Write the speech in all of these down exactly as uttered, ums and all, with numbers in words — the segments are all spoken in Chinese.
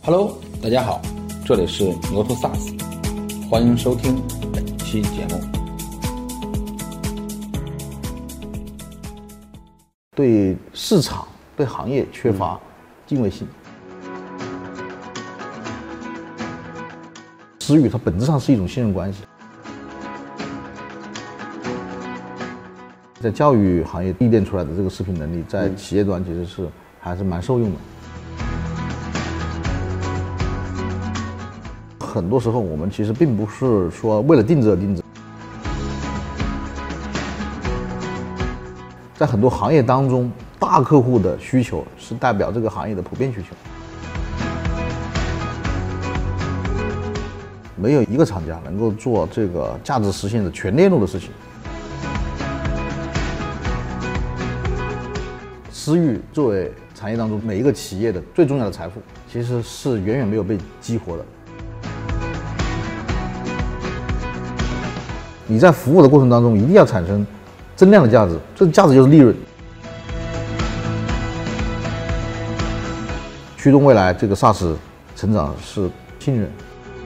Hello， 大家好，这里是牛头 SaaS， 欢迎收听本期节目。 对市场、对行业缺乏敬畏心。私域它本质上是一种信任关系。在教育行业历练出来的这个视频能力，在企业端其实是还是蛮受用的。很多时候我们其实并不是说为了定制而定制，在很多行业当中，大客户的需求是代表这个行业的普遍需求。没有一个厂家能够做这个价值实现的全链路的事情。私域作为产业当中每一个企业的最重要的财富，其实是远远没有被激活的。你在服务的过程当中，一定要产生增量的价值，这价值就是利润，驱动未来这个 SaaS 成长是信任。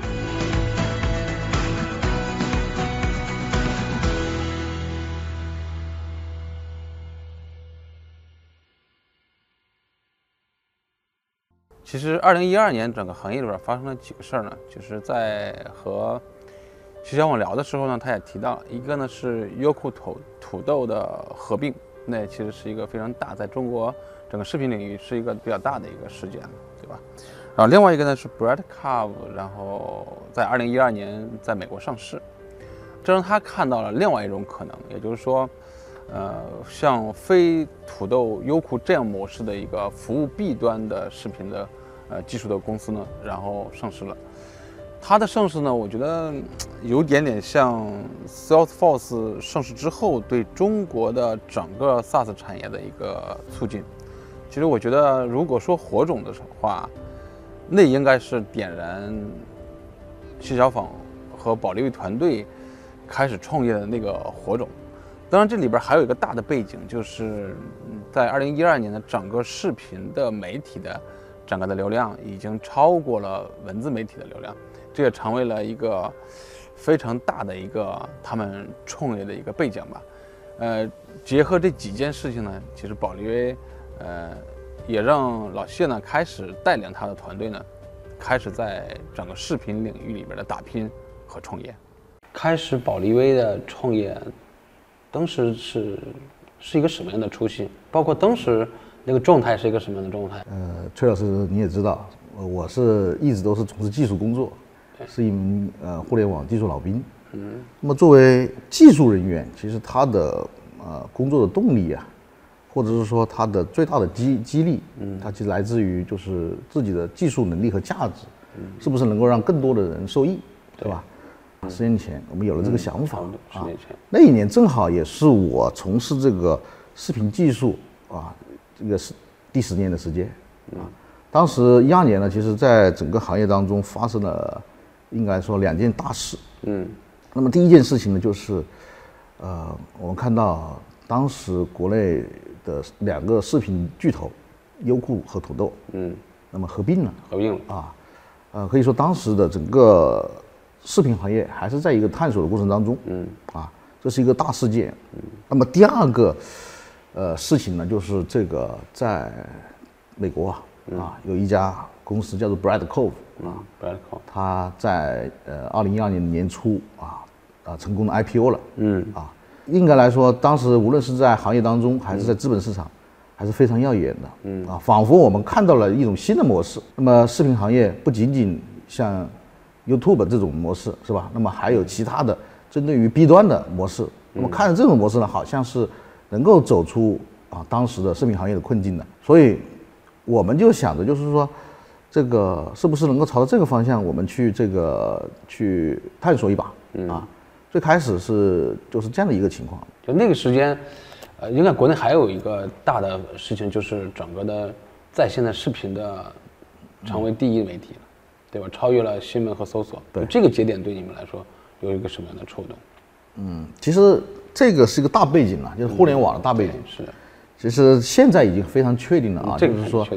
其实二零一二年整个行业里边发生了几个事儿呢，就是在和徐小网聊的时候呢，他也提到了一个呢是优酷土土豆的合并，那其实是一个非常大，在中国整个视频领域是一个比较大的一个事件，对吧？然后另外一个呢是 Breadcarve， 然后在二零一二年在美国上市，这让他看到了另外一种可能，也就是说，呃，像非土豆优酷这样模式的一个服务 B 端的视频的呃技术的公司呢，然后上市了。它的上市呢，我觉得有点点像 Salesforce 上市之后对中国的整个 SaaS 产业的一个促进。其实我觉得，如果说火种的话，那应该是点燃徐小凤和保利卫团队开始创业的那个火种。当然，这里边还有一个大的背景，就是在二零一二年的整个视频的媒体的整个的流量已经超过了文字媒体的流量。这也成为了一个非常大的一个他们创业的一个背景吧。呃，结合这几件事情呢，其实保利威呃也让老谢呢开始带领他的团队呢，开始在整个视频领域里边的打拼和创业。开始保利威的创业，当时是是一个什么样的初心？包括当时那个状态是一个什么样的状态？ 呃，崔老师你也知道，我是一直都是从事技术工作。是一名呃互联网技术老兵，嗯，那么作为技术人员，其实他的呃工作的动力啊，或者是说他的最大的激激励，嗯，它其实来自于就是自己的技术能力和价值，嗯，是不是能够让更多的人受益，对吧？十年前我们有了这个想法， 嗯、十年前、 啊、那一年正好也是我从事这个视频技术啊，这个是第十年的时间，啊，当时一二年呢，其实在整个行业当中发生了。应该说两件大事，嗯，那么第一件事情呢，就是，呃，我们看到当时国内的两个视频巨头，优酷和土豆，嗯，那么合并了， 合并了啊，呃，可以说当时的整个视频行业还是在一个探索的过程当中，嗯，啊，这是一个大事件，嗯，那么第二个，呃，事情呢，就是这个在美国啊，嗯、啊，有一家公司叫做 Breadcarve。啊，他在呃二零一二年年初啊啊成功的 I P O 了，嗯啊，应该来说，当时无论是在行业当中还是在资本市场，嗯、还是非常耀眼的，嗯啊，仿佛我们看到了一种新的模式。那么视频行业不仅仅像 YouTube 这种模式是吧？那么还有其他的针对于 B 端的模式。那么看着这种模式呢，好像是能够走出啊当时的视频行业的困境的。所以我们就想着，就是说。这个是不是能够朝着这个方向，我们去这个去探索一把、嗯、啊？最开始是就是这样的一个情况。 就那个时间，呃，应该国内还有一个大的事情，就是整个的在线的视频的成为第一媒体了，嗯、对吧？超越了新闻和搜索。对，这个节点对你们来说有一个什么样的触动？ 嗯，其实这个是一个大背景啊，就是互联网的大背景。 嗯、是的。 其实现在已经非常确定了啊， 嗯、 就是说。 确定。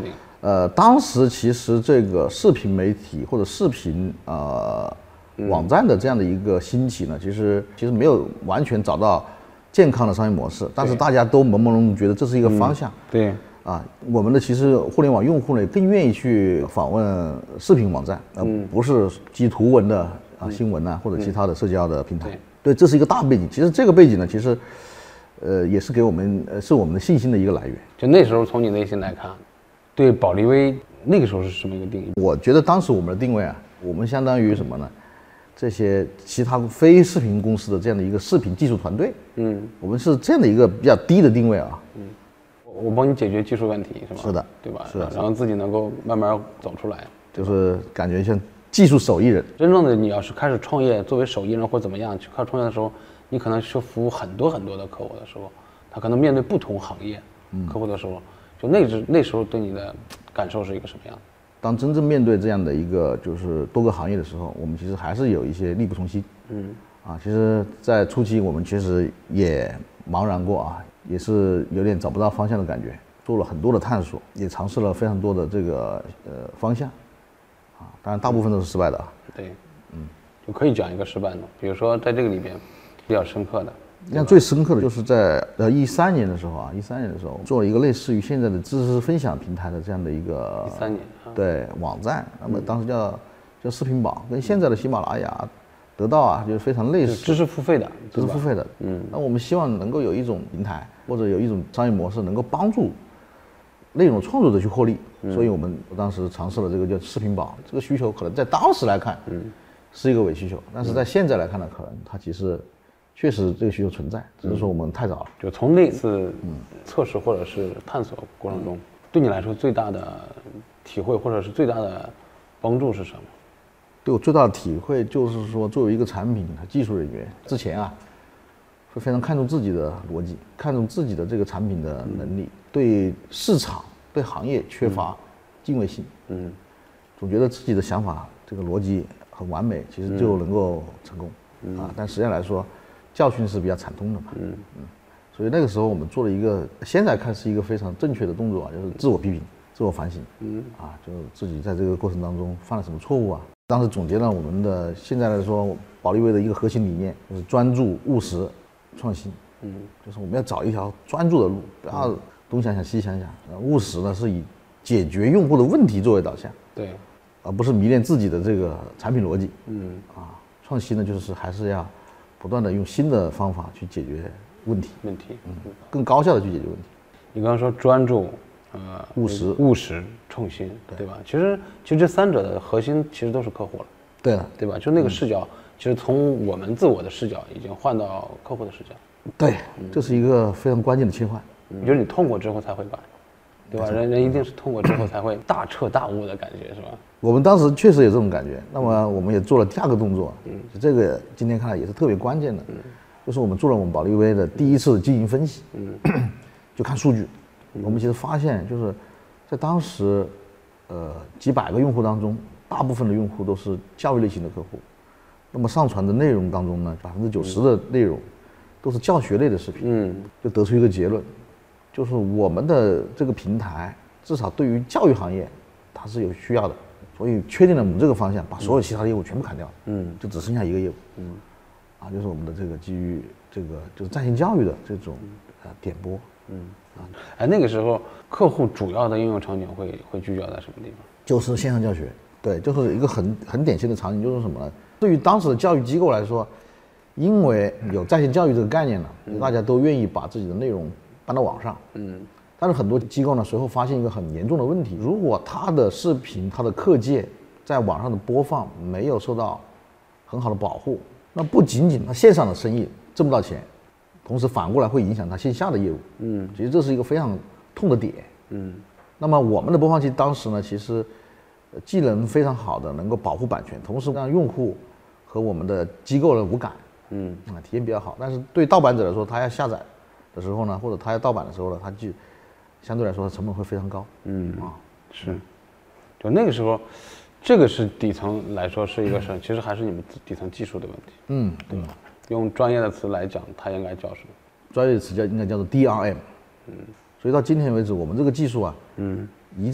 呃，当时其实这个视频媒体或者视频呃网站的这样的一个兴起呢，其实其实没有完全找到健康的商业模式，但是大家都朦朦胧胧觉得这是一个方向。 嗯、对。 啊，我们的其实互联网用户呢更愿意去访问视频网站，而不是基于图文的啊新闻啊或者其他的社交的平台。对，对，这是一个大背景。其实这个背景呢，其实呃也是给我们呃是我们的信心的一个来源。 就那时候从你内心来看，对宝利微那个时候是什么一个定义？ 我觉得当时我们的定位啊，我们相当于什么呢？这些其他非视频公司的这样的一个视频技术团队。嗯，我们是这样的一个比较低的定位啊。嗯。 我帮你解决技术问题是吗？ 是的， 对吧？ 是的， 然后自己能够慢慢走出来， 就是感觉像技术手艺人。 真正的你要是开始创业，作为手艺人或怎么样去开始创业的时候，你可能去服务很多很多的客户的时候，他可能面对不同行业客户的时候，就那时那时候对你的感受是一个什么样的？ 当真正面对这样的一个就是多个行业的时候，我们其实还是有一些力不从心。嗯，啊，其实，在初期我们确实也茫然过啊。也是有点找不到方向的感觉，做了很多的探索，也尝试了非常多的这个呃方向，啊，当然大部分都是失败的啊。 对，嗯，就可以讲一个失败的，比如说在这个里边比较深刻的。 你看最深刻的就是在呃一三年的时候啊，一三年的时候做了一个类似于现在的知识分享平台的这样的一个一三年、啊、 对网站，那么当时叫叫视频榜，跟现在的喜马拉雅。得到啊，就是非常类似， 知识付费的， 知识付费的，嗯，那我们希望能够有一种平台或者有一种商业模式，能够帮助内容创作者去获利，嗯、所以我们当时尝试了这个叫视频榜，这个需求可能在当时来看，嗯，是一个伪需求，但是在现在来看呢，可能它其实确实这个需求存在，只是说我们太早了。 就从那次测试或者是探索过程中，对你来说最大的体会或者是最大的帮助是什么？ 对我最大的体会就是说，作为一个产品和技术人员，之前啊，会非常看重自己的逻辑，看重自己的这个产品的能力，嗯、对市场、对行业缺乏敬畏心。嗯，总觉得自己的想法这个逻辑很完美，其实就能够成功。嗯、啊，但实际上来说，教训是比较惨痛的嘛。嗯嗯，所以那个时候我们做了一个，现在看是一个非常正确的动作啊，就是自我批评、自我反省。嗯，啊，就自己在这个过程当中犯了什么错误啊？当时总结了我们的现在来说，宝利微的一个核心理念就是专注、务实、创新。嗯，就是我们要找一条专注的路，不要东想想西想想。务实呢是以解决用户的问题作为导向， 对， 而不是迷恋自己的这个产品逻辑。嗯，啊，创新呢就是还是要不断的用新的方法去解决问题。 问题， 嗯，更高效的去解决问题。 你刚刚说专注。 呃，务实、 务实、创新，对, 对吧？其实，其实这三者的核心其实都是客户了， 对了， 对吧？就那个视角，嗯、其实从我们自我的视角已经换到客户的视角， 对，嗯、这是一个非常关键的切换。 嗯、就是你痛过之后才会改，对吧？人人一定是痛过之后才会大彻大悟的感觉，是吧？ 我们当时确实有这种感觉。那么我们也做了第二个动作，嗯，这个今天看来也是特别关键的，嗯，就是我们做了我们宝利微的第一次经营分析，嗯，就看数据。我们其实发现，就是在当时，呃，几百个用户当中，大部分的用户都是教育类型的客户。那么上传的内容当中呢，百分之九十的内容都是教学类的视频。嗯，就得出一个结论，就是我们的这个平台，至少对于教育行业，它是有需要的。所以确定了我们这个方向，把所有其他的业务全部砍掉。嗯，就只剩下一个业务。嗯，啊，就是我们的这个基于这个就是在线教育的这种呃点播。嗯。 啊，哎，那个时候客户主要的应用场景会会聚焦在什么地方？ 就是线上教学，对，就是一个很很典型的场景，就是什么呢？对于当时的教育机构来说，因为有在线教育这个概念了，嗯、大家都愿意把自己的内容搬到网上。嗯，但是很多机构呢，随后发现一个很严重的问题：如果他的视频、他的课件在网上的播放没有受到很好的保护，那不仅仅他线上的生意挣不到钱。同时反过来会影响他线下的业务，嗯，其实这是一个非常痛的点，嗯。那么我们的播放器当时呢，其实技能非常好的，能够保护版权，同时让用户和我们的机构呢无感，嗯，啊，体验比较好。但是对盗版者来说，他要下载的时候呢，或者他要盗版的时候呢，他就相对来说成本会非常高，嗯啊， 是。就那个时候，这个是底层来说是一个事，其实还是你们底层技术的问题，嗯，对吧？用专业的词来讲，它应该叫什么？ 专业词叫应该叫做 D R M。嗯，所以到今天为止，我们这个技术啊，嗯，一直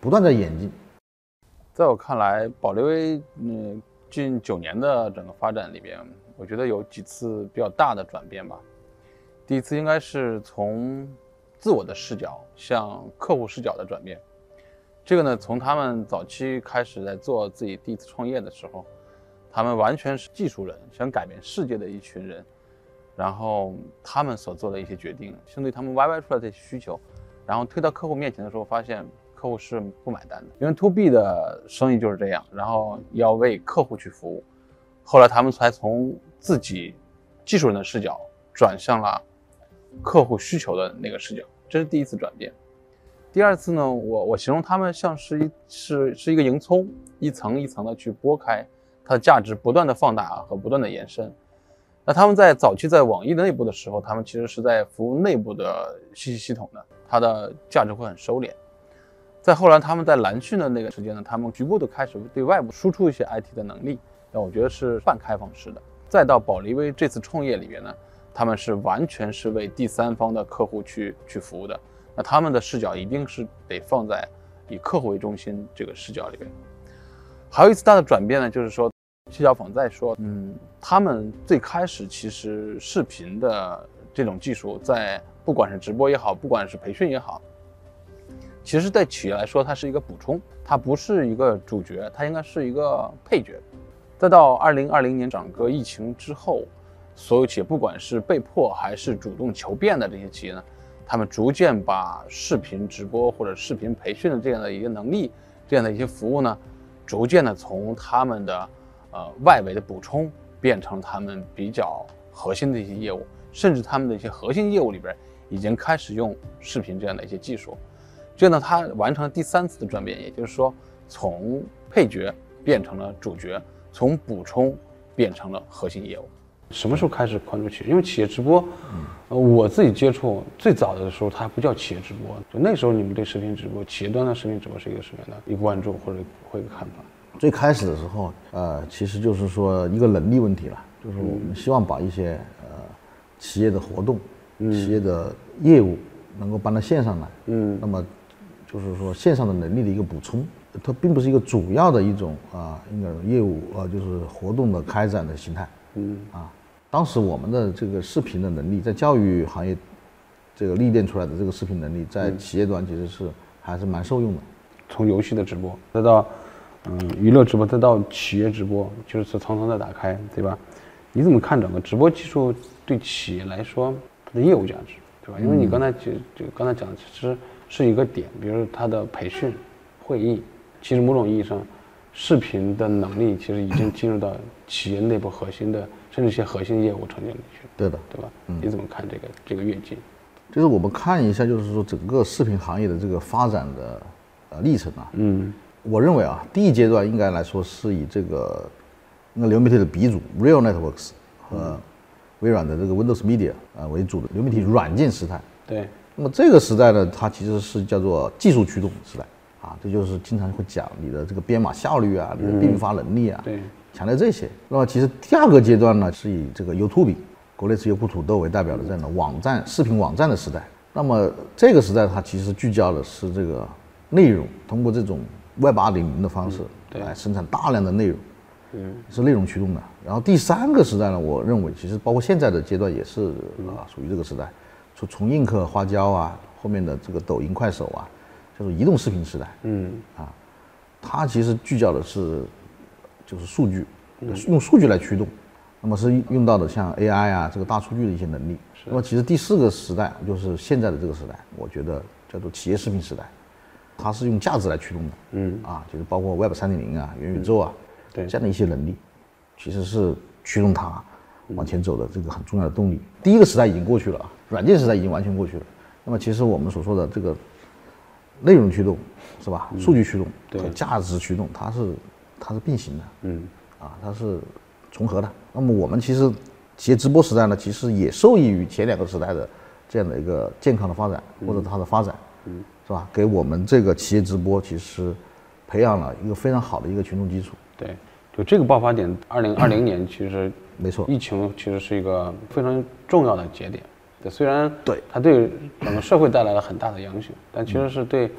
不断在演进。 在我看来，保利威嗯近九年的整个发展里边，我觉得有几次比较大的转变吧。第一次应该是从自我的视角向客户视角的转变。这个呢，从他们早期开始在做自己第一次创业的时候，他们完全是技术人，想改变世界的一群人，然后他们所做的一些决定，相对他们 Y Y 出来的需求，然后推到客户面前的时候，发现客户是不买单的，因为 to B 的生意就是这样，然后要为客户去服务。后来他们才从自己技术人的视角转向了客户需求的那个视角，这是第一次转变。第二次呢，我我形容他们像是一是是一个迎葱，一层一层的去剥开，它的价值不断的放大和不断的延伸。那他们在早期在网易的内部的时候，他们其实是在服务内部的信息系统的，它的价值会很收敛。再后来他们在蓝讯的那个时间呢，他们局部的开始对外部输出一些 I T 的能力，那我觉得是半开放式的。再到保利威这次创业里面呢，他们是完全是为第三方的客户去去服务的。那他们的视角一定是得放在以客户为中心这个视角里边。还有一次大的转变呢，就是说谢小凤在说，嗯，他们最开始其实视频的这种技术，在不管是直播也好，不管是培训也好，其实对企业来说它是一个补充，它不是一个主角，它应该是一个配角。再到二零二零年整个疫情之后，所有企业不管是被迫还是主动求变的这些企业呢，他们逐渐把视频直播或者视频培训的这样的一个能力，这样的一些服务呢，逐渐的从他们的呃外围的补充变成他们比较核心的一些业务，甚至他们的一些核心业务里边已经开始用视频这样的一些技术。这样呢，它完成了第三次的转变，也就是说从配角变成了主角，从补充变成了核心业务。什么时候开始关注企业？因为企业直播，呃，我自己接触最早的时候，它还不叫企业直播。就那时候，你们对视频直播、企业端的视频直播是一个什么样的一个关注或者会一个看法？ 最开始的时候，呃，其实就是说一个能力问题了，就是我们希望把一些呃企业的活动、嗯、企业的业务能够搬到线上来。嗯，那么就是说线上的能力的一个补充，它并不是一个主要的一种啊一个业务啊，就是活动的开展的形态。嗯啊。当时我们的这个视频的能力，在教育行业这个历练出来的这个视频能力，在企业端其实是还是蛮受用的。从游戏的直播，再到嗯娱乐直播，再到企业直播，就是层层的打开，对吧？你怎么看整个直播技术对企业来说它的业务价值，对吧？因为你刚才就就刚才讲的，其实是一个点，比如说它的培训、会议，其实某种意义上，视频的能力其实已经进入到企业内部核心的。甚至一些核心业务层面里去， 对的， 对吧？嗯，你怎么看这个这个跃进？ 就是我们看一下，就是说整个视频行业的这个发展的呃历程啊。嗯，我认为啊，第一阶段应该来说是以这个那流媒体的鼻祖 Real Networks 和微软的这个 Windows Media 啊为主的流媒体软件时代。 对。 那么这个时代呢，它其实是叫做技术驱动时代啊，这就是经常会讲你的这个编码效率啊，你的并发能力啊。 对。 强调这些。那么其实第二个阶段呢，是以这个 YouTube 国内是优酷土豆为代表的这样的网站视频网站的时代。那么这个时代它其实聚焦的是这个内容，通过这种 Web 二点零的方式来生产大量的内容，嗯，是内容驱动的。然后第三个时代呢，我认为其实包括现在的阶段也是啊，属于这个时代，从从映客、花椒啊，后面的这个抖音、快手啊，叫做移动视频时代，嗯啊，它其实聚焦的是。就是数据，用数据来驱动，那么是用到的像 A I 啊，这个大数据的一些能力。那么其实第四个时代就是现在的这个时代，我觉得叫做企业视频时代，它是用价值来驱动的。嗯啊，就是包括 Web 三点零啊、元宇宙啊，对这样的一些能力，其实是驱动它往前走的这个很重要的动力。第一个时代已经过去了啊，软件时代已经完全过去了。那么其实我们所说的这个内容驱动是吧？嗯、数据驱动和价值驱动，它是。它是并行的，嗯，啊，它是重合的。那么我们其实企业直播时代呢，其实也受益于前两个时代的这样的一个健康的发展，或者它的发展，嗯，是吧？给我们这个企业直播其实培养了一个非常好的一个群众基础。 对，就这个爆发点，二零二零年其实没错， 疫情其实是一个非常重要的节点。对，虽然对它对整个社会带来了很大的影响，但其实是对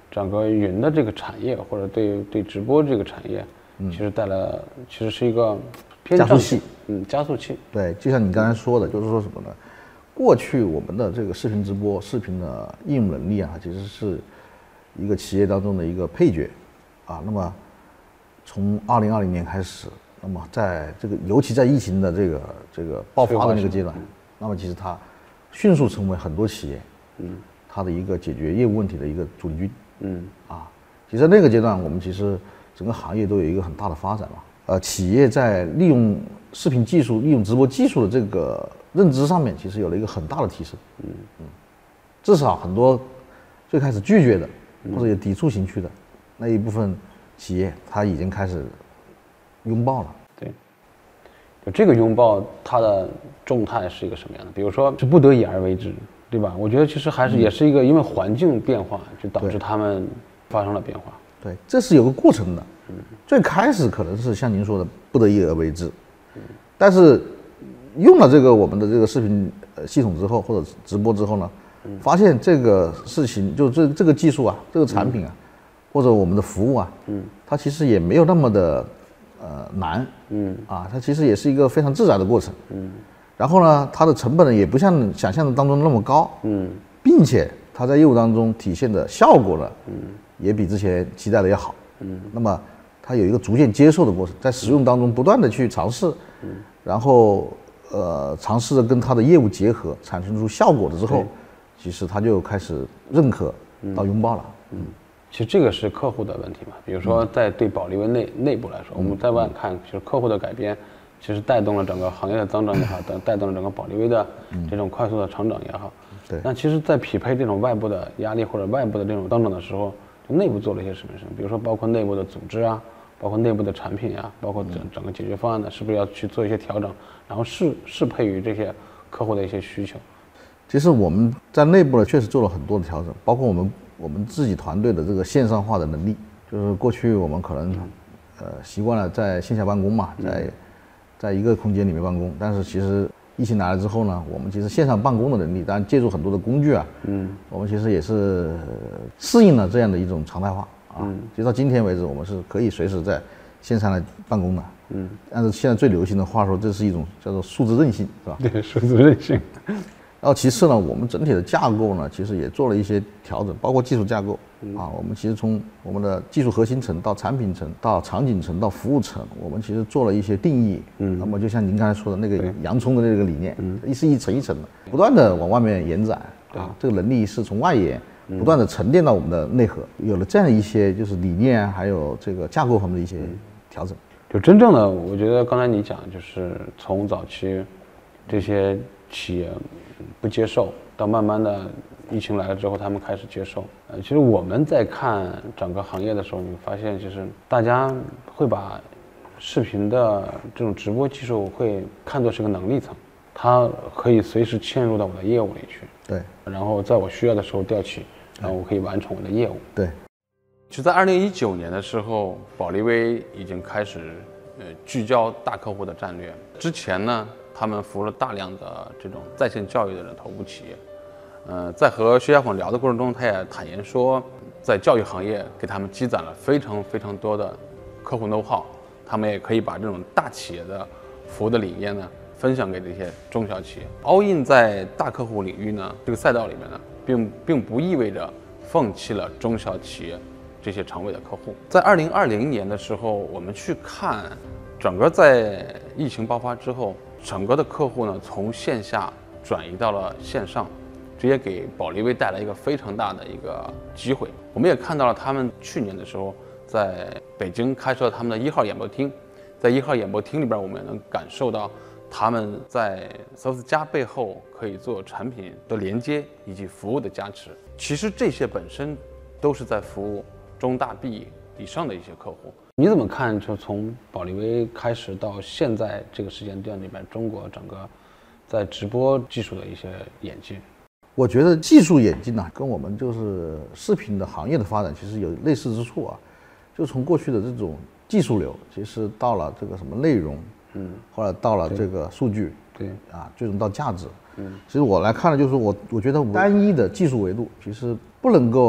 整个云的这个产业，或者对对直播这个产业，嗯、其实带来其实是一个偏加速器， 嗯，加速器。 对，就像你刚才说的，就是说什么呢？过去我们的这个视频直播、视频的应用能力啊，其实是一个企业当中的一个配角，啊，那么从二零二零年开始，那么在这个尤其在疫情的这个这个爆发的那个阶段，那么其实它迅速成为很多企业，嗯，它的一个解决业务问题的一个主力军，嗯，啊，其实在那个阶段，我们其实整个行业都有一个很大的发展嘛，呃，企业在利用视频技术、利用直播技术的这个认知上面，其实有了一个很大的提升，嗯嗯，至少很多最开始拒绝的或者有抵触情绪的那一部分企业，它已经开始拥抱了。 对，就这个拥抱，它的状态是一个什么样的？比如说是不得已而为之，对吧？我觉得其实还是也是一个因为环境变化，就导致他们发生了变化。 对，这是有个过程的。嗯，最开始可能是像您说的不得已而为之，嗯，但是用了这个我们的这个视频呃系统之后，或者直播之后呢，嗯、发现这个事情就这这个技术啊，这个产品啊，嗯、或者我们的服务啊，嗯，它其实也没有那么的呃难，嗯啊，它其实也是一个非常自然的过程，嗯，然后呢，它的成本呢也不像想象的当中那么高，嗯，并且它在业务当中体现的效果呢，嗯，也比之前期待的要好，嗯，那么它有一个逐渐接受的过程，在使用当中不断的去尝试，嗯，然后。呃，尝试着跟它的业务结合，产生出效果了之后，其实他就开始认可到拥抱了。嗯， 其实这个是客户的问题嘛。比如说，在对保利威内内部来说，我们在外看，其实客户的改变，其实带动了整个行业的增长也好，带带动了整个保利威的这种快速的成长也好。 对。 但其实，在匹配这种外部的压力或者外部的这种增长的时候，就内部做了一些什么事？比如说，包括内部的组织啊。包括内部的产品啊，包括整整个解决方案呢，是不是要去做一些调整，然后适适配于这些客户的一些需求？ 其实我们在内部呢，确实做了很多的调整，包括我们我们自己团队的这个线上化的能力。就是过去我们可能呃习惯了在线下办公嘛，在在一个空间里面办公，但是其实疫情来了之后呢，我们其实线上办公的能力，当然借助很多的工具啊，嗯，我们其实也是适应了这样的一种常态化。啊，直到今天为止，我们是可以随时在线上来办公的。嗯，但是现在最流行的话说，这是一种叫做数字韧性，是吧？ 对，数字韧性。 然后其次呢，我们整体的架构呢，其实也做了一些调整，包括技术架构。嗯、啊，我们其实从我们的技术核心层到产品层到场景层到服务层，我们其实做了一些定义。嗯，那么就像您刚才说的那个洋葱的那个理念，嗯，一是一层一层的，不断的往外面延展。啊，这个能力是从外延。不断的沉淀到我们的内核，有了这样一些就是理念还有这个架构方面的一些调整。 就真正的，我觉得刚才你讲，就是从早期这些企业不接受，到慢慢的疫情来了之后，他们开始接受。呃，其实我们在看整个行业的时候，你发现就是大家会把视频的这种直播技术会看作是个能力层，它可以随时嵌入到我的业务里去。 对， 然后在我需要的时候调取。然后我可以完成我的业务。 对， 就在二零一九年的时候，保利威已经开始呃聚焦大客户的战略。之前呢，他们服务了大量的这种在线教育的头部企业。呃，在和薛家凤聊的过程中，他也坦言说，在教育行业给他们积攒了非常非常多的客户 know how， 他们也可以把这种大企业的服务的理念呢分享给这些中小企业。all in 在大客户领域呢这个赛道里面呢。并并不意味着放弃了中小企业这些长尾的客户。在二零二零年的时候，我们去看整个在疫情爆发之后，整个的客户呢从线下转移到了线上，这也给保利威带来一个非常大的一个机会。我们也看到了他们去年的时候在北京开设他们的一号演播厅，在一号演播厅里边，我们也能感受到。他们在 S O S 加背后可以做产品的连接以及服务的加持，其实这些本身都是在服务中大 B 以上的一些客户。你怎么看？就从保利威开始到现在这个时间段里面，中国整个在直播技术的一些演进？ 我觉得技术演进呢、啊，跟我们就是视频的行业的发展其实有类似之处啊。就从过去的这种技术流，其实到了这个什么内容。嗯，后来到了这个数据， 对啊，最终到价值。嗯，其实我来看呢，就是我我觉得单一的技术维度其实不能够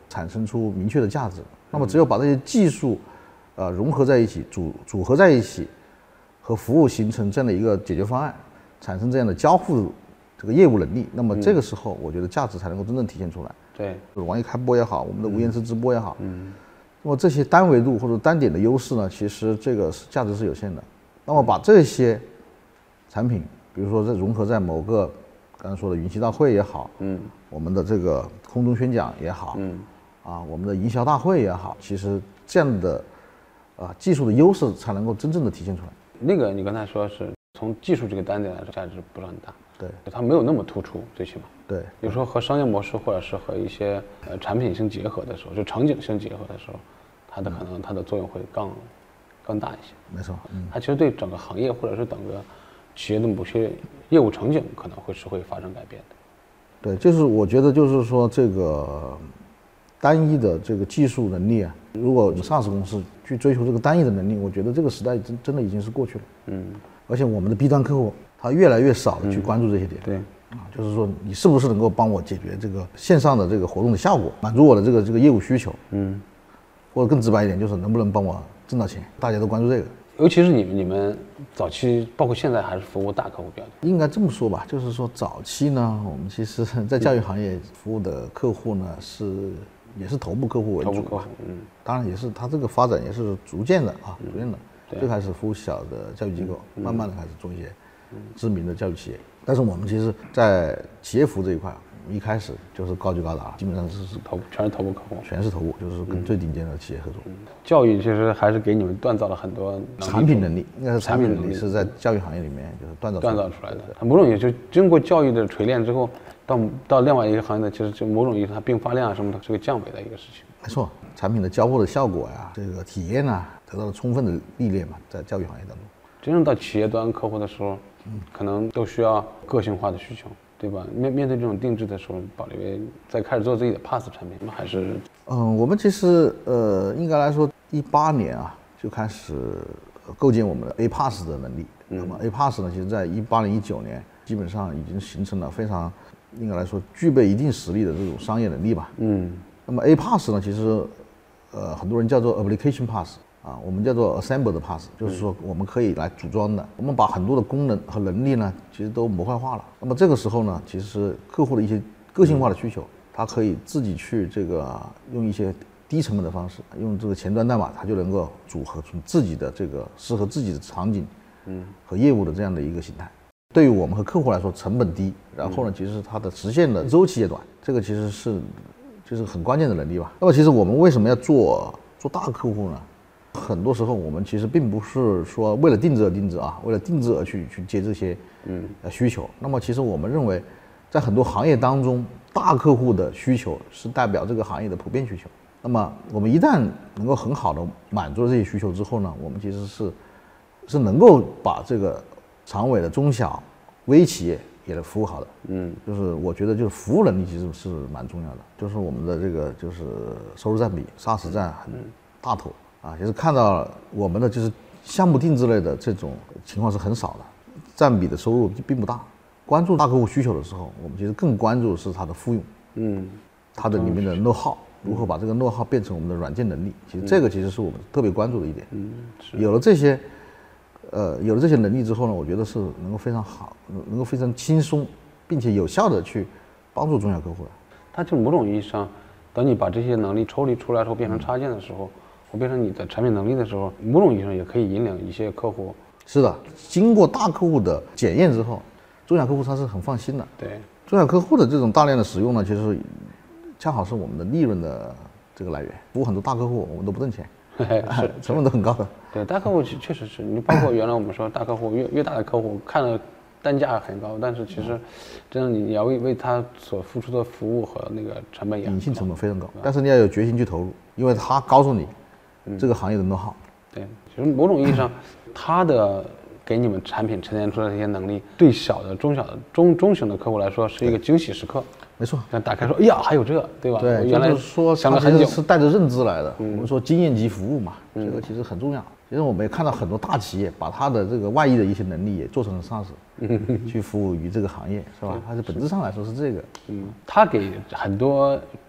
产生出明确的价值。那么只有把这些技术，呃，融合在一起，组组合在一起，和服务形成这样的一个解决方案，产生这样的交互这个业务能力，那么这个时候我觉得价值才能够真正体现出来。 对， 网页开播也好，我们的无延迟直播也好，嗯，那么这些单维度或者单点的优势呢，其实这个是价值是有限的。那么把这些产品，比如说在融合在某个刚才说的云栖大会也好，嗯，我们的这个空中宣讲也好，嗯，啊，我们的营销大会也好，其实这样的啊技术的优势才能够真正的体现出来。 那个你刚才说是从技术这个单点来说，价值不是很大， 对， 它没有那么突出，最起码。 对， 有时候和商业模式或者是和一些呃产品性结合的时候，就场景性结合的时候，它的可能它的作用会更更大一些。 没错，嗯， 它其实对整个行业或者是整个企业的某些业务场景可能会是会发生改变的。 对，就是我觉得就是说这个单一的这个技术能力啊，如果我们上市公司去追求这个单一的能力，我觉得这个时代真真的已经是过去了。嗯，而且我们的 B 端客户他越来越少的去关注这些点。 嗯、对。 啊，就是说你是不是能够帮我解决这个线上的这个活动的效果，满足我的这个这个业务需求，嗯，或者更直白一点，就是能不能帮我挣到钱，大家都关注这个。 尤其是你们你们早期，包括现在还是服务大客户比较多。 应该这么说吧，就是说早期呢，我们其实在教育行业服务的客户呢是也是头部客户为主， 头部客户，嗯， 当然也是它这个发展也是逐渐的啊，逐渐的，最开始服务小的教育机构，慢慢的开始做一些知名的教育企业。但是我们其实，在企业服务这一块，一开始就是高居高达，基本上是头部，全是头部客户， 全是头部，就是跟最顶尖的企业合作。 嗯、教育其实还是给你们锻造了很多产品能力，应该是产品能力是在教育行业里面就是锻造锻造出来的。它某种意义就经过教育的锤炼之后，到到另外一个行业呢，其实就某种意义它并发量啊什么的是个降维的一个事情。 没错，产品的交互的效果呀，这个体验啊，得到了充分的历练嘛，在教育行业当中。 真正到企业端客户的时候。嗯，可能都需要个性化的需求，对吧？面面对这种定制的时候，保利威在开始做自己的 P A S S 产品吗？还是？ 嗯，我们其实呃，应该来说，一八年啊就开始构建我们的 A P A S S 的能力。嗯、那么 A P A S S 呢，其实在一八年、一九年，基本上已经形成了非常应该来说具备一定实力的这种商业能力吧。嗯。那么 A P A S S 呢，其实呃很多人叫做 Application P A S S。啊，我们叫做 assemble 的 P A S S， 就是说我们可以来组装的。我们把很多的功能和能力呢，其实都模块化了。那么这个时候呢，其实客户的一些个性化的需求，他可以自己去这个用一些低成本的方式，用这个前端代码，它就能够组合出自己的这个适合自己的场景，嗯，和业务的这样的一个形态。对于我们和客户来说，成本低，然后呢，其实它的实现的周期也短，这个其实是就是很关键的能力吧。那么其实我们为什么要做做大客户呢？很多时候我们其实并不是说为了定制而定制啊，为了定制而去去接这些嗯需求。那么其实我们认为，在很多行业当中，大客户的需求是代表这个行业的普遍需求。那么我们一旦能够很好的满足了这些需求之后呢，我们其实是是能够把这个长尾的中小微企业也能服务好的。嗯，就是我觉得就是服务能力其实是蛮重要的，就是我们的这个就是收入占比 SaaS 占很大头。啊，就是看到我们的就是项目定制类的这种情况是很少的，占比的收入并不大。关注大客户需求的时候，我们其实更关注的是它的复用，嗯，它的里面的 know how， 如何把这个 know how 变成我们的软件能力。其实这个其实是我们特别关注的一点。嗯，有了这些，呃，有了这些能力之后呢，我觉得是能够非常好，能够非常轻松，并且有效的去帮助中小客户的。 它就某种意义上，等你把这些能力抽离出来之后，变成插件的时候。或变成你的产品能力的时候，某种意义上也可以引领一些客户。 是的，经过大客户的检验之后，中小客户他是很放心的。 对， 中小客户的这种大量的使用呢，其实恰好是我们的利润的这个来源。服务很多大客户，我们都不挣钱，是成本都很高的。 对，大客户确实是你包括原来我们说大客户越越大的客户看了单价很高，但是其实真的你要为为他所付出的服务和那个成本也隐性成本非常高，但是你要有决心去投入，因为他告诉你。这个行业的 know how， 对，其实某种意义上，它的给你们产品呈现出来的这些能力，对小的、中小的、中中型的客户来说是一个惊喜时刻。 没错， 像打开说，哎呀，还有这，对吧？ 对， 原来就是说想了很久， 是带着认知来的。嗯、我们说经验级服务嘛，这个其实很重要。其实我们也看到很多大企业把它的这个外溢的一些能力也做成了 SaaS， 去服务于这个行业，是吧？它是本质上来说是这个。 嗯，它给很多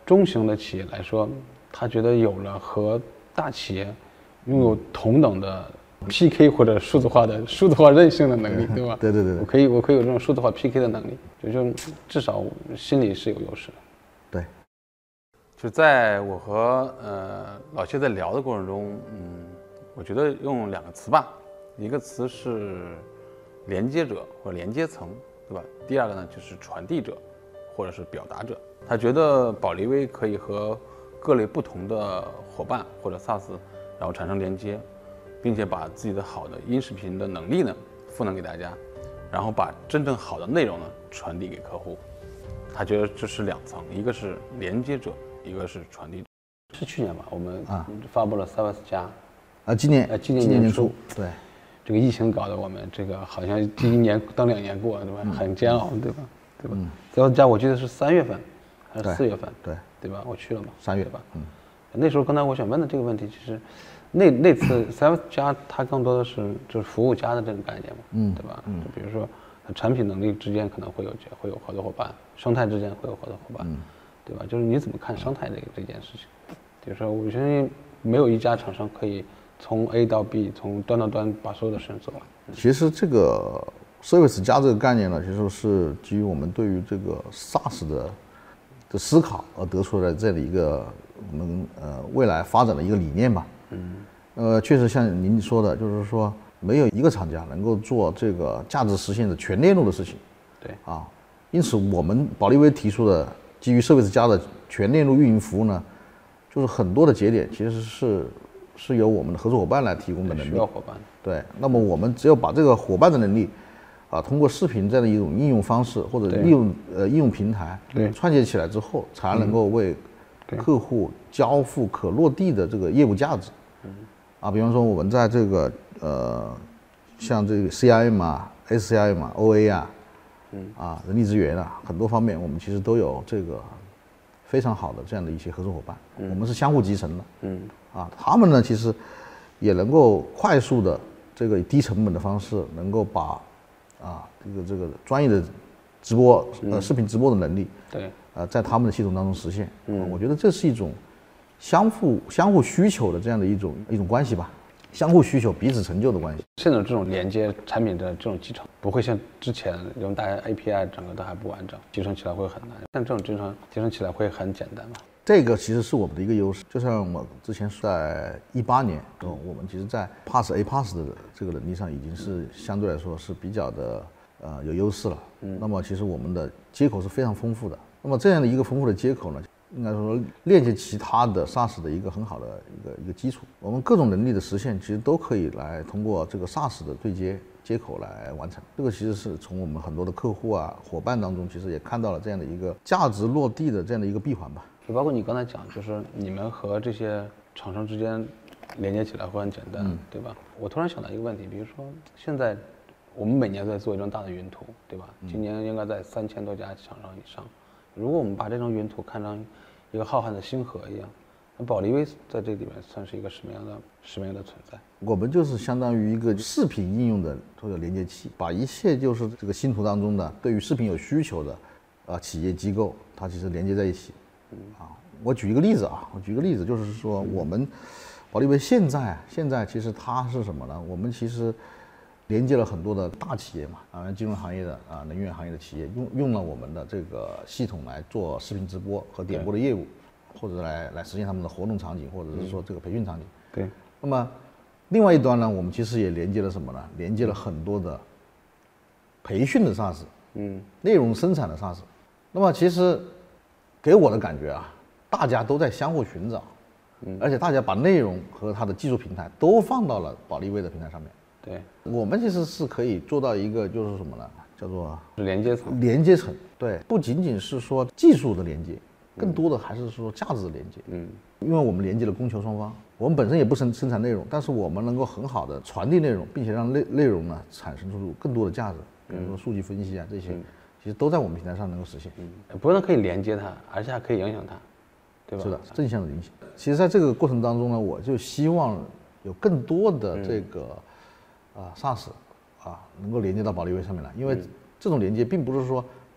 中型的企业来说，他觉得有了和大企业拥有同等的 P K 或者数字化的数字化韧性的能力，对吧？ 对对对对， 我可以我可以有这种数字化 P K 的能力，就就至少心里是有优势的。 对， 就在我和呃老谢在聊的过程中，嗯，我觉得用两个词吧，一个词是连接者或者连接层，对吧？第二个呢就是传递者或者是表达者。他觉得宝利威可以和各类不同的伙伴或者 SaaS， 然后产生连接，并且把自己的好的音视频的能力呢赋能给大家，然后把真正好的内容呢传递给客户。他觉得这是两层，一个是连接者，一个是传递者。是去年吧，我们啊发布了 Service 加， 啊，今年呃今年年初， 对， 这个疫情搞得我们这个好像第一年当两年过，对吧？嗯、很煎熬，对吧？对吧？嗯、Service 加我记得是三月份还是四月份， 对对吧？我去了嘛， 三月对吧？ 嗯， 那时候刚才我想问的这个问题，其实那那次 Service 加它更多的是就是服务加的这种概念嘛，嗯，对吧？嗯，就比如说产品能力之间可能会有会有合作伙伴，生态之间会有合作伙伴，嗯，对吧？就是你怎么看生态这个这件事情？就是说，我相信没有一家厂商可以从 A 到 B， 从端到端把所有的事情做完。 其实这个 Service 加这个概念呢，其实是基于我们对于这个 SaaS 的的思考而得出来这样的一个我们呃未来发展的一个理念吧。嗯。呃，确实像您说的，就是说没有一个厂家能够做这个价值实现的全链路的事情。 对。 啊，因此我们宝利威提出的基于 Service 加的全链路运营服务呢，就是很多的节点其实是是由我们的合作伙伴来提供的能力。 需要伙伴。 对，那么我们只有把这个伙伴的能力，啊，通过视频这样的一种应用方式或者利用呃应用平台串接起来之后，才能够为客户交付可落地的这个业务价值。嗯。啊，比方说我们在这个呃，像这个 C I M 啊、S C I M 啊、O A 啊，嗯，啊，人力资源啊，很多方面我们其实都有这个非常好的这样的一些合作伙伴，嗯、我们是相互集成的，嗯，啊，他们呢其实也能够快速的这个以低成本的方式，能够把啊这个这个专业的直播呃视频直播的能力， 对， 呃，在他们的系统当中实现，嗯、啊，我觉得这是一种相互相互需求的这样的一种一种关系吧。相互需求、彼此成就的关系。 现在这种连接产品的这种集成，不会像之前用大家 A P I 整个都还不完整，集成起来会很难。但这种集成集成起来会很简单嘛？ 这个其实是我们的一个优势。就像我之前在一八年，嗯，我们其实在 Pass A Pass 的这个能力上已经是相对来说是比较的呃有优势了。嗯，那么其实我们的接口是非常丰富的。那么这样的一个丰富的接口呢，应该说链接其他的 SaaS 的一个很好的一个一个基础。我们各种能力的实现，其实都可以来通过这个 SaaS 的对接接口来完成。这个其实是从我们很多的客户啊、伙伴当中，其实也看到了这样的一个价值落地的这样的一个闭环吧。 就包括你刚才讲，就是你们和这些厂商之间连接起来会很简单，嗯、对吧？我突然想到一个问题，比如说现在我们每年在做一张大的云图，对吧？今年应该在三千多家厂商以上。如果我们把这张云图看成一个浩瀚的星河一样，那宝利威在这里面算是一个什么样的什么样的存在？ 我们就是相当于一个视频应用的这个连接器，把一切就是这个星图当中的对于视频有需求的呃企业机构，它其实连接在一起。嗯啊，我举一个例子啊，我举一个例子，就是说我们宝利威现在现在其实它是什么呢？我们其实连接了很多的大企业嘛，啊，金融行业的啊，能源行业的企业用用了我们的这个系统来做视频直播和点播的业务，或者来来实现他们的活动场景，或者是说这个培训场景。 对。 那么另外一端呢，我们其实也连接了什么呢？连接了很多的培训的 SaaS， 嗯，内容生产的 SaaS。那么其实给我的感觉啊，大家都在相互寻找，嗯，而且大家把内容和它的技术平台都放到了宝利威的平台上面。 对， 我们其实是可以做到一个就是什么呢？叫做连接层。 连接层，对，不仅仅是说技术的连接，更多的还是说价值的连接。嗯，因为我们连接了供求双方，我们本身也不生生产内容，但是我们能够很好的传递内容，并且让内内容呢产生出更多的价值，比如说数据分析啊这些，嗯、其实都在我们平台上能够实现。 嗯，不但可以连接它，而且还可以影响它，对吧？ 是的，正向的影响。其实在这个过程当中呢，我就希望有更多的这个。嗯啊 ，SaaS 啊，能够连接到宝利威上面来，因为这种连接并不是说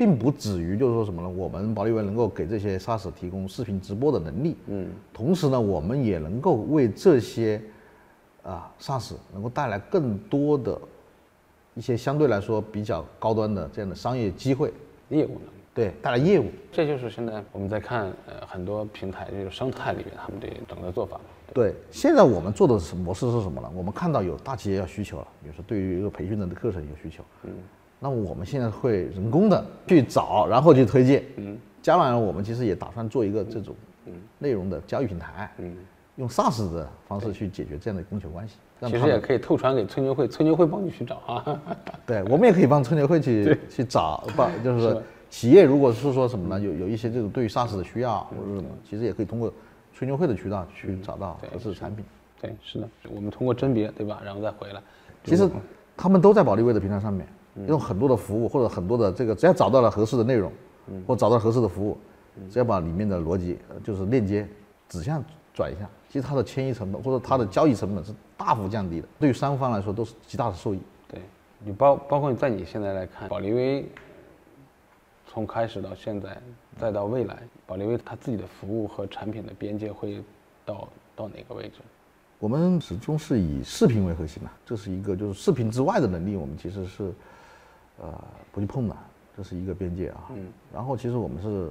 并不止于就是说什么呢？我们保利维能够给这些 SaaS 提供视频直播的能力，嗯，同时呢，我们也能够为这些啊 SaaS 能够带来更多的一些相对来说比较高端的这样的商业机会、 业务能力， 对，带来业务。 这就是现在我们在看呃很多平台这个生态里面他们这整个做法。 对，现在我们做的模式是什么呢？我们看到有大企业要需求了，比如说对于一个培训的课程有需求，嗯，那么我们现在会人工的去找，然后去推荐，嗯，将来我们其实也打算做一个这种内容的交易平台，嗯，用 SaaS 的方式去解决这样的供求关系。 其实也可以透传给吹牛会，吹牛会帮你去找啊。 对，我们也可以帮吹牛会去去找，帮就是说企业如果是说什么呢，有有一些这种对于 SaaS 的需要或者什么，其实也可以通过吹牛会的渠道去找到合适的产品。 对，是的，我们通过甄别，对吧？然后再回来。 其实他们都在保利维的平台上面，用很多的服务或者很多的这个，只要找到了合适的内容，或找到合适的服务，只要把里面的逻辑就是链接指向转一下，其实它的迁移成本或者它的交易成本是大幅降低的，对于三方来说都是极大的受益。 对，你包包括你在你现在来看，保利维从开始到现在，再到未来，保利维它自己的服务和产品的边界会到到哪个位置？ 我们始终是以视频为核心的，这是一个就是视频之外的能力，我们其实是呃不去碰的，这是一个边界啊。嗯。然后其实我们是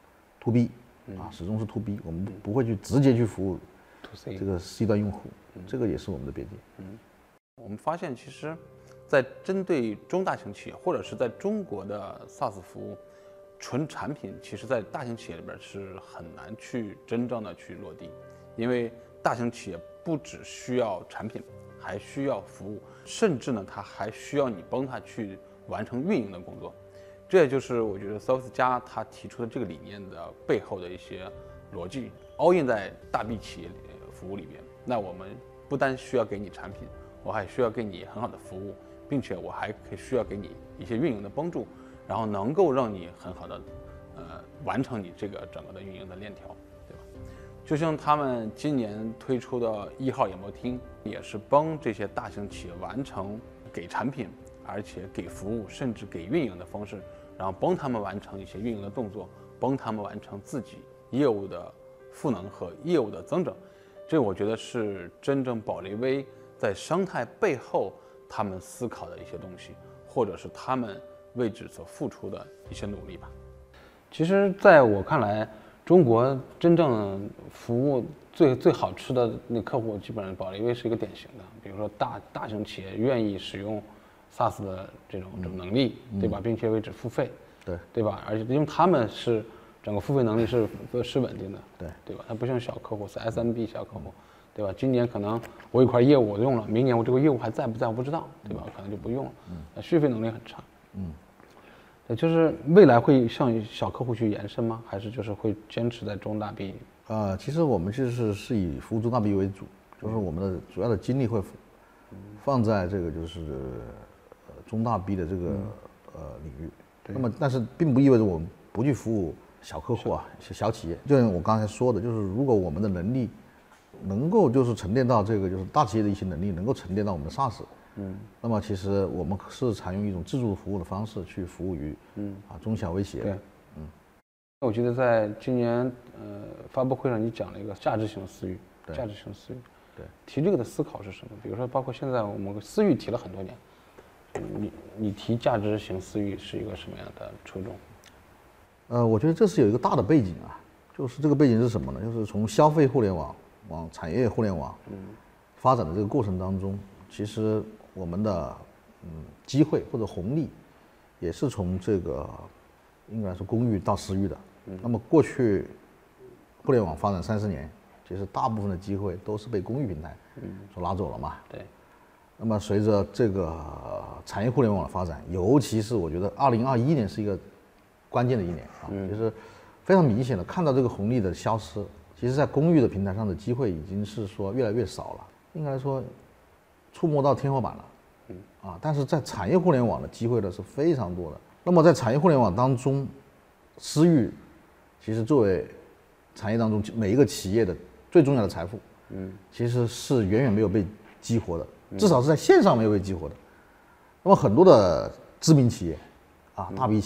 to B 啊，始终是 to B， 我们不会去直接去服务这个 C 端用户，这个也是我们的边界。 嗯。我们发现其实，在针对中大型企业或者是在中国的 SaaS 服务，纯产品其实在大型企业里边是很难去真正的去落地，因为大型企业不只需要产品，还需要服务，甚至呢，它还需要你帮他去完成运营的工作。这也就是我觉得 Sophos 加他提出的这个理念的背后的一些逻辑。all in 在大 B 企业服务里边，那我们不单需要给你产品，我还需要给你很好的服务，并且我还可以需要给你一些运营的帮助，然后能够让你很好的呃完成你这个整个的运营的链条，对吧？就像他们今年推出的一号演播厅，也是帮这些大型企业完成给产品，而且给服务，甚至给运营的方式，然后帮他们完成一些运营的动作，帮他们完成自己业务的赋能和业务的增长。这我觉得是真正保利维在生态背后他们思考的一些东西，或者是他们为之所付出的一些努力吧。其实在我看来，中国真正服务最最好吃的那客户，基本上保利维是一个典型的。比如说大大型企业愿意使用 SaaS 的这种这种能力，嗯、对吧？并且为之付费， 对对吧？而且因为他们是整个付费能力是是稳定的， 对对吧？它不像小客户是 S M B 小客户，对吧？今年可能我有一块业务我用了，明年我这个业务还在不在我不知道，对吧？可能就不用了，嗯，续费能力很差，嗯。就是未来会向小客户去延伸吗？还是就是会坚持在中大 B？ 呃，其实我们就是是以服务中大 B 为主，就是我们的主要的精力会放在这个就是呃中大 B 的这个、嗯、呃领域。那么，但是并不意味着我们不去服务小客户啊、小企业。就像我刚才说的，就是如果我们的能力能够就是沉淀到这个就是大企业的一些能力能够沉淀到我们的 SaaS。嗯，那么其实我们是采用一种自助服务的方式去服务于嗯啊中小微企业。 对，嗯，我记得在今年呃发布会上你讲了一个价值型私域，价值型私域， 对， 提这个的思考是什么？比如说，包括现在我们私域提了很多年，你你提价值型私域是一个什么样的初衷？ 呃，我觉得这是有一个大的背景啊，就是这个背景是什么呢？就是从消费互联网往产业互联网嗯发展的这个过程当中，其实我们的嗯机会或者红利，也是从这个应该是公域到私域的。嗯、那么过去互联网发展三十年，其实大部分的机会都是被公域平台所拿走了嘛。 对。 那么随着这个产业互联网的发展，尤其是我觉得二零二一年是一个关键的一年啊，嗯、就是非常明显的看到这个红利的消失。其实，在公域的平台上的机会已经是说越来越少了，应该说。触摸到天花板了，嗯啊，但是在产业互联网的机会呢是非常多的。那么在产业互联网当中，私域其实作为产业当中每一个企业的最重要的财富，嗯，其实是远远没有被激活的，至少是在线上没有被激活的。那么很多的知名企业，啊，大 B 企业，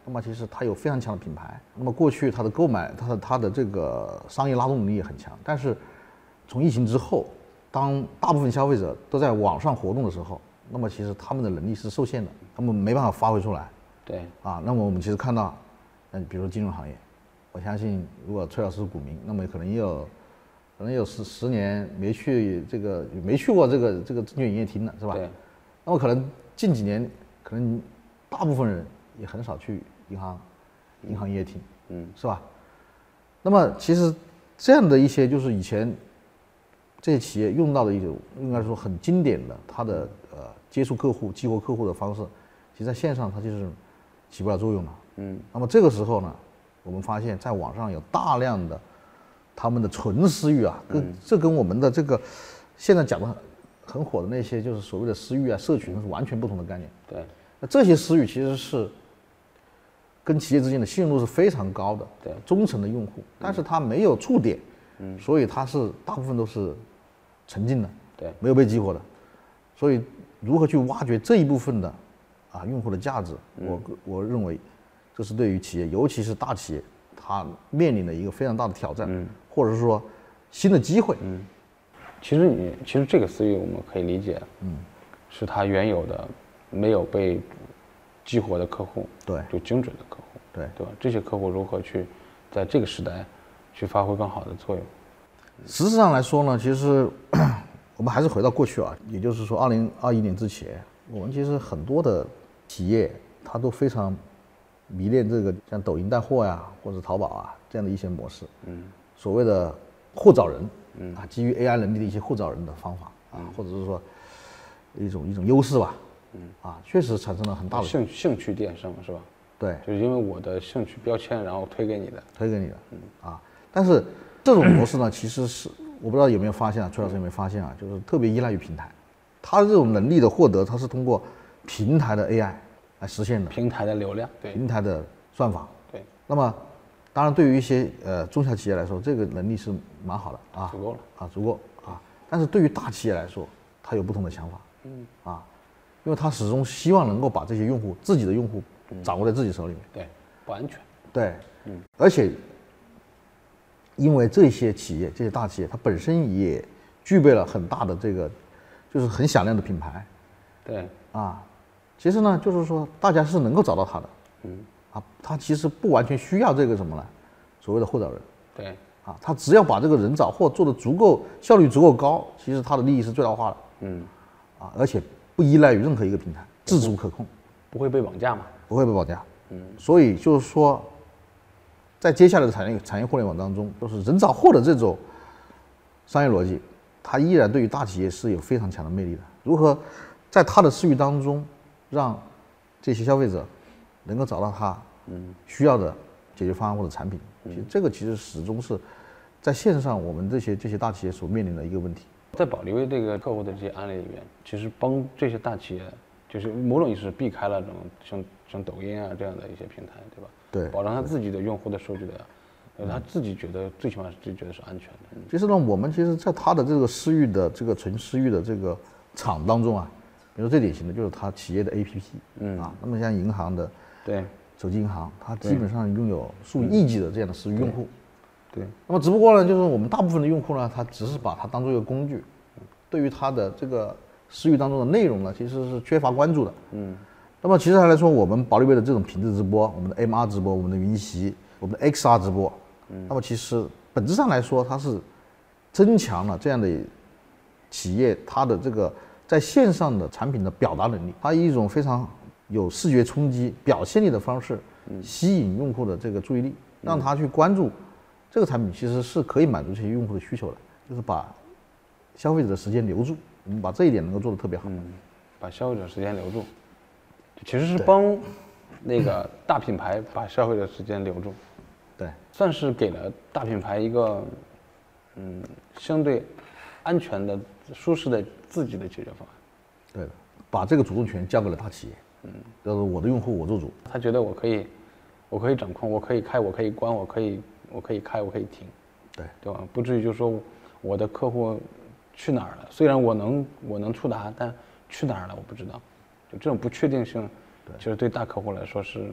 那么其实它有非常强的品牌，那么过去它的购买，它的它的这个商业拉动能力也很强。但是从疫情之后，当大部分消费者都在网上活动的时候，那么其实他们的能力是受限的，他们没办法发挥出来。 对啊，那么我们其实看到，嗯，比如说金融行业，我相信如果崔老师是股民，那么可能也有，可能有十十年没去这个没去过这个这个证券营业厅了，是吧？ 对。 那么可能近几年，可能大部分人也很少去银行，银行营业厅， 嗯， 是吧？那么其实这样的一些就是以前这些企业用到的一种应该说很经典的它的呃接触客户、激活客户的方式，其实在线上它就是起不了作用了。 嗯， 那么这个时候呢，我们发现在网上有大量的他们的纯私域啊，跟、嗯、这跟我们的这个现在讲的很火的那些就是所谓的私域啊、社群是完全不同的概念。 对， 那这些私域其实是跟企业之间的信任度是非常高的， 对， 忠诚的用户，但是它没有触点，嗯，所以它是大部分都是沉浸的， 对， 没有被激活的。所以如何去挖掘这一部分的啊用户的价值，嗯、我我认为这是对于企业，尤其是大企业，它面临的一个非常大的挑战，嗯，或者是说新的机会， 嗯。其实你其实这个私域我们可以理解，嗯，是它原有的没有被激活的客户， 对， 就精准的客户， 对对吧？这些客户如何去在这个时代去发挥更好的作用？ 实质上来说呢，其实我们还是回到过去啊，也就是说，二零二一年之前，我们其实很多的企业它都非常迷恋这个像抖音带货呀，或者淘宝啊这样的一些模式，嗯，所谓的货找人。嗯啊，基于 A I 能力的一些货找人的方法啊，嗯、或者是说一种一种优势吧，嗯啊，确实产生了很大的兴兴趣电商是吧？ 对， 就是因为我的兴趣标签，然后推给你的， 推给你的，嗯啊，但是这种模式呢，其实是我不知道有没有发现啊，崔老师有没有发现啊，就是特别依赖于平台，它这种能力的获得，它是通过平台的 A I 来实现的， 平台的流量，对， 平台的算法， 对， 那么。当然，对于一些呃中小企业来说，这个能力是蛮好的啊， 足够了啊，足够啊。但是对于大企业来说，他有不同的想法，嗯啊，因为他始终希望能够把这些用户自己的用户掌握在自己手里面， 对，不安全， 对，嗯，而且因为这些企业，这些大企业，它本身也具备了很大的这个，就是很响亮的品牌， 对， 啊，其实呢，就是说大家是能够找到他的，嗯。啊，他其实不完全需要这个什么呢？所谓的货找人。 对。 啊，他只要把这个人找货做得足够效率足够高，其实他的利益是最大化的。嗯。啊，而且不依赖于任何一个平台，自主可控， 不会被绑架嘛？ 不会被绑架。嗯。所以就是说，在接下来的产业产业互联网当中，就是人找货的这种商业逻辑，它依然对于大企业是有非常强的魅力的。如何在它的私域当中，让这些消费者能够找到他需要的解决方案或者产品，其实这个其实始终是在线上我们这些这些大企业所面临的一个问题。 在保利威这个客户的这些案例里面，其实帮这些大企业，就是某种意义是避开了这种像像抖音啊这样的一些平台，对吧？ 对， 保障他自己的用户的数据的，呃，他自己觉得最起码是自己觉得是安全的。 其实呢，我们其实在他的这个私域的这个纯私域的这个厂当中啊，比如最典型的就是他企业的 A P P， 嗯啊，那么像银行的。 对， 手机银行它基本上拥有数亿级的这样的私域用户， 对。 那么只不过呢，就是我们大部分的用户呢，他只是把它当做一个工具，对于它的这个私域当中的内容呢，其实是缺乏关注的。嗯。那么其实来说，我们保利威的这种品质直播，我们的 M R 直播，我们的云席，我们的 X R 直播，嗯，那么其实本质上来说，它是增强了这样的企业它的这个在线上的产品的表达能力，它以一种非常有视觉冲击、表现力的方式，吸引用户的这个注意力，让他去关注这个产品，其实是可以满足这些用户的需求的，就是把消费者的时间留住。我们把这一点能够做得特别好， 嗯，把消费者时间留住，其实是帮那个大品牌把消费者时间留住， 对， 算是给了大品牌一个嗯相对安全的、舒适的自己的解决方案。 对的，把这个主动权交给了大企业。嗯，就是我的用户我做主， 他觉得我可以，我可以掌控，我可以开，我可以关，我可以，我可以开，我可以停， 对对吧？不至于就说我的客户去哪儿了，虽然我能我能触达，但去哪儿了我不知道，就这种不确定性，其实对大客户来说是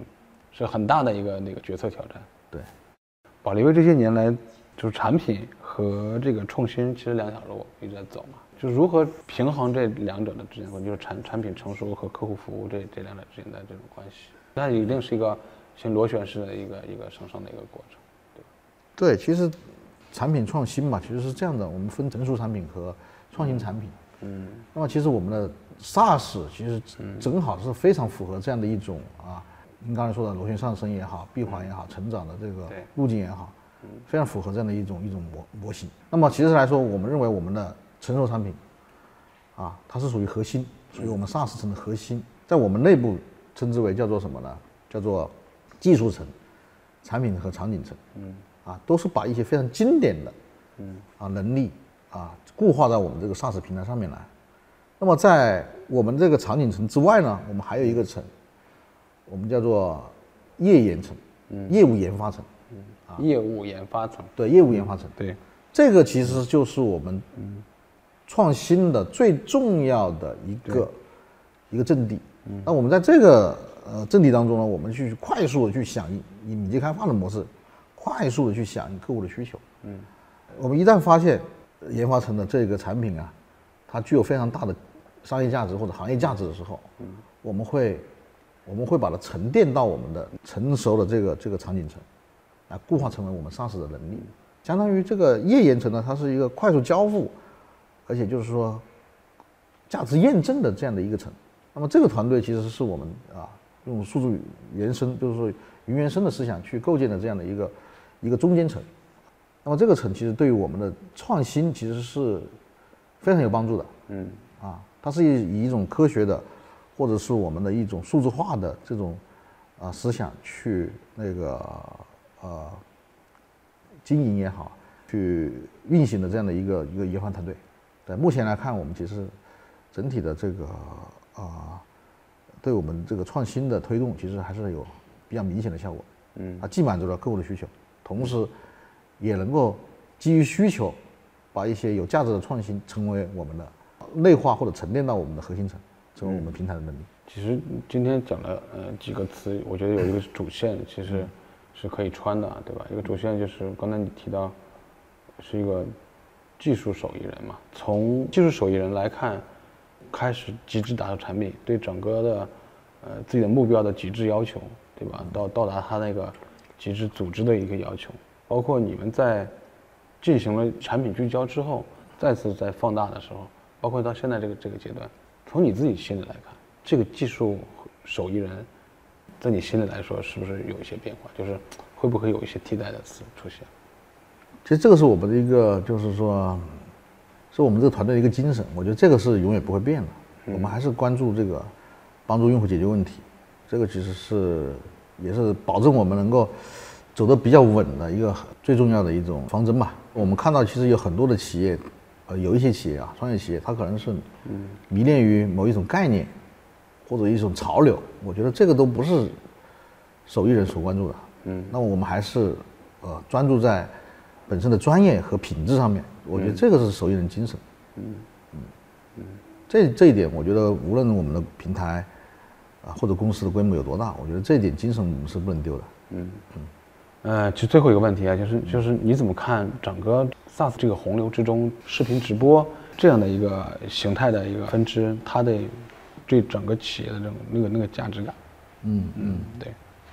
是很大的一个那个决策挑战。 对， 保利威这些年来就是产品和这个创新其实两条路一直在走嘛，就如何平衡这两者的之间关系，就是产产品成熟和客户服务这这两者之间的这种关系，那一定是一个像螺旋式的一个一个上升的一个过程。 对，其实产品创新嘛，其实是这样的，我们分成熟产品和创新产品。嗯，那么其实我们的 SaaS 其实正好是非常符合这样的一种啊，您刚才说的螺旋上升也好，闭环也好，成长的这个路径也好，非常符合这样的一种一种模模型。那么其实来说，我们认为我们的成熟产品啊，它是属于核心，属于我们 SaaS 层的核心，在我们内部称之为叫做什么呢？叫做技术层、产品和场景层。嗯。啊，都是把一些非常经典的，嗯啊能力啊固化在我们这个 SaaS 平台上面来。那么在我们这个场景层之外呢，我们还有一个层，我们叫做业研层，嗯，业务研发层， 嗯啊，业务研发层， 对，业务研发层， 嗯、对， 这个其实就是我们创新的最重要的一个一个阵地。嗯，那我们在这个呃阵地当中呢，我们去快速的去响应以敏捷开发的模式。快速的去响应客户的需求。嗯，我们一旦发现研发层的这个产品啊，它具有非常大的商业价值或者行业价值的时候，嗯，我们会我们会把它沉淀到我们的成熟的这个这个场景层，来固化成为我们 SaaS 的能力。相当于这个业研层呢，它是一个快速交付，而且就是说价值验证的这样的一个层。那么这个团队其实是我们啊用数字原生，就是说云原生的思想去构建的这样的一个。一个中间层，那么这个层其实对于我们的创新其实是非常有帮助的。嗯，啊，它是以以一种科学的，或者是我们的一种数字化的这种啊思想去那个呃经营也好，去运行的这样的一个一个研发团队。对，目前来看，我们其实整体的这个啊，对我们这个创新的推动，其实还是有比较明显的效果。嗯，啊，既满足了客户的需求。同时，也能够基于需求，把一些有价值的创新成为我们的内化或者沉淀到我们的核心层，成为我们平台的能力。 其实今天讲了呃几个词，我觉得有一个主线，其实是可以穿的，对吧？一个主线就是刚才你提到，是一个技术手艺人嘛。从技术手艺人来看，开始极致打造产品，对整个的呃自己的目标的极致要求，对吧？到到达他那个。极致组织的一个要求，包括你们在进行了产品聚焦之后，再次在放大的时候，包括到现在这个这个阶段，从你自己心里来看，这个技术手艺人，在你心里来说是不是有一些变化？就是会不会有一些替代的词出现？ 其实这个是我们的一个，就是说，是我们这个团队的一个精神。我觉得这个是永远不会变的。嗯、我们还是关注这个，帮助用户解决问题。这个其实是。也是保证我们能够走得比较稳的一个最重要的一种方针吧。我们看到其实有很多的企业，呃，有一些企业啊，创业企业，它可能是迷恋于某一种概念或者一种潮流，我觉得这个都不是手艺人所关注的。嗯，那么我们还是呃专注在本身的专业和品质上面，我觉得这个是手艺人精神。嗯嗯嗯，这这一点，我觉得无论我们的平台。啊，或者公司的规模有多大？我觉得这一点精神我们是不能丢的。嗯嗯，呃，其实最后一个问题啊，就是就是你怎么看整个 SaaS 这个洪流之中，视频直播这样的一个形态的一个分支，它的对整个企业的这种那个那个价值感？嗯嗯，对。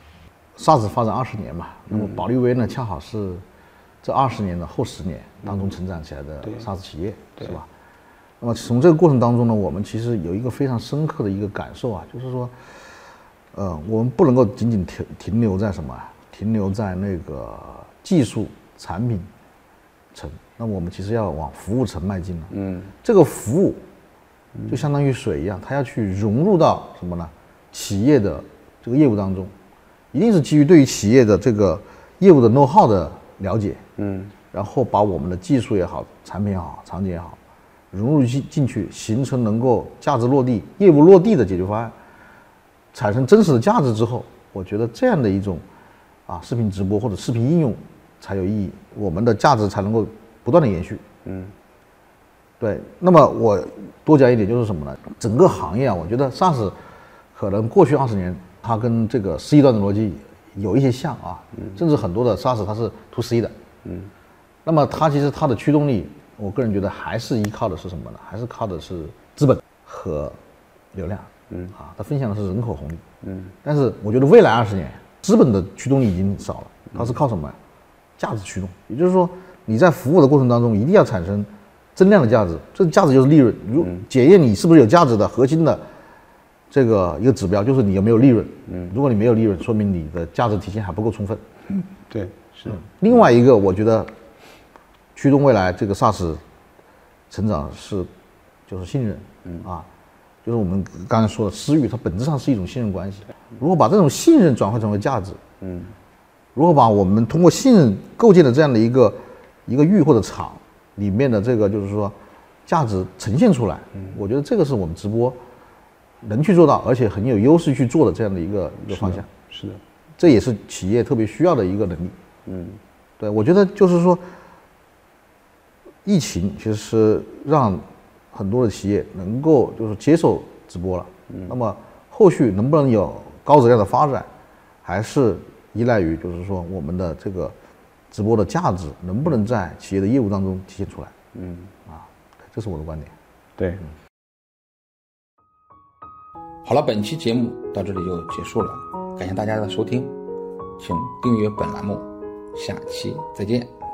SaaS 发展二十年嘛，那么保利威呢，恰好是这二十年的后十年当中成长起来的 SaaS 企业，是吧？那么从这个过程当中呢，我们其实有一个非常深刻的一个感受啊，就是说，呃，我们不能够仅仅停停留在什么，停留在那个技术产品层，那么我们其实要往服务层迈进了。嗯，这个服务就相当于水一样，它要去融入到什么呢？企业的这个业务当中，一定是基于对于企业的这个业务的 know how 的了解，嗯，然后把我们的技术也好，产品也好，场景也好。融入进进去，形成能够价值落地、业务落地的解决方案，产生真实的价值之后，我觉得这样的一种啊视频直播或者视频应用才有意义，我们的价值才能够不断的延续。嗯，对。那么我多讲一点就是什么呢？整个行业啊，我觉得 SaaS 可能过去二十年它跟这个 C 端的逻辑有一些像啊，甚至很多的 SaaS 它是 to C 的，嗯，那么它其实它的驱动力，我个人觉得还是依靠的是什么呢？还是靠的是资本和流量，嗯啊，它分享的是人口红利，嗯，但是我觉得未来二十年，资本的驱动力已经少了，它是靠什么呀？价值驱动，也就是说你在服务的过程当中一定要产生增量的价值，这价值就是利润。如检验你是不是有价值的核心的这个一个指标就是你有没有利润。嗯，如果你没有利润，说明你的价值体现还不够充分。 嗯，对，是。 另外一个，我觉得驱动未来这个 SaaS 成长是就是信任。嗯啊，就是我们刚才说的私域，它本质上是一种信任关系。如果把这种信任转换成为价值，嗯，如果把我们通过信任构建的这样的一个一个域或者场里面的这个就是说价值呈现出来，嗯，我觉得这个是我们直播能去做到，而且很有优势去做的这样的一个一个方向。 是的， 这也是企业特别需要的一个能力。嗯，对，我觉得就是说，疫情其实是让很多的企业能够就是接受直播了。嗯，那么后续能不能有高质量的发展，还是依赖于就是说我们的这个直播的价值能不能在企业的业务当中体现出来。嗯，啊，这是我的观点。 对。 嗯， 好了，本期节目到这里就结束了，感谢大家的收听，请订阅本栏目，下期再见。